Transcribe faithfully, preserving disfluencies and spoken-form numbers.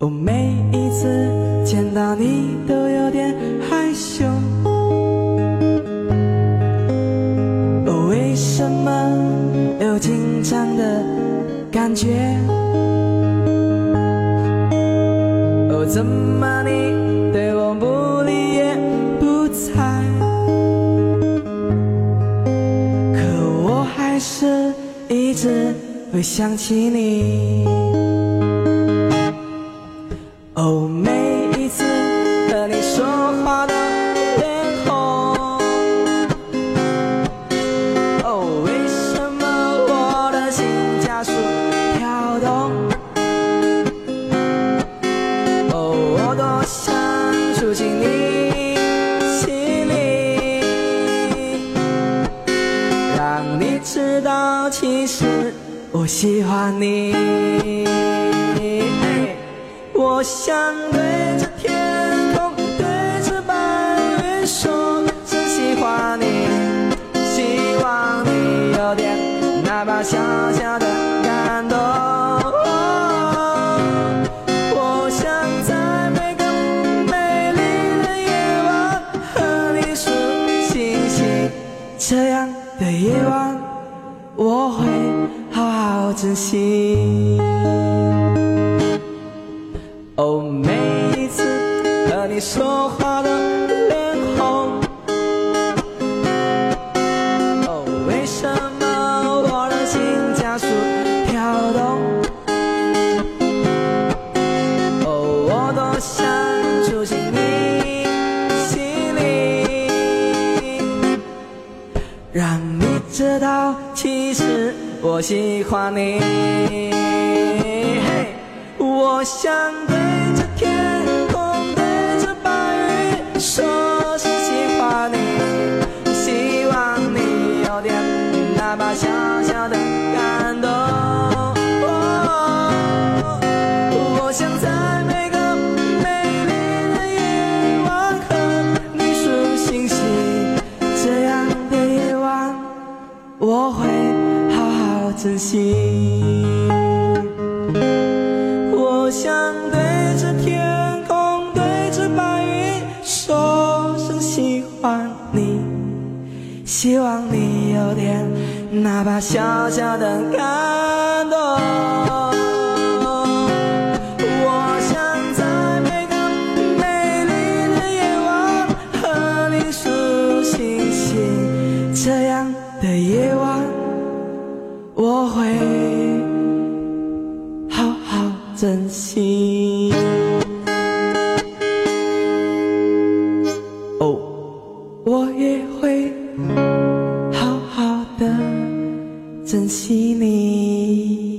哦，每一次见到你都有点害羞。哦，为什么有紧张的感觉？哦，怎么你对我不理也不睬？可我还是一直会想起你。哦，每一次和你说话的脸红。哦，为什么我的心加速跳动？哦，我多想住进你心里，让你知道其实我喜欢你。我想对着天空，对着白云说声喜欢你，希望你有点哪怕小小的感动。我想在每个美丽的夜晚和你数星星，这样的夜晚我会好好珍惜。哦，每一次和你说话的脸红。哦，为什么我的心加速跳动？哦，我多想住进你心里，让你知道其实我喜欢你。嘿，我想对着天空，对着白云说声喜欢你，希望你有点哪怕小小的感动。哦，我想在每个美丽的夜晚和你数星星，这样的夜晚我会好好珍惜。我想对着天空，对着白云说声喜欢你，希望你有点哪怕小小的感动。我想在每个美丽的夜晚和你数星星，这样的夜晚我会好好珍惜。哦，我也会好好的珍惜你。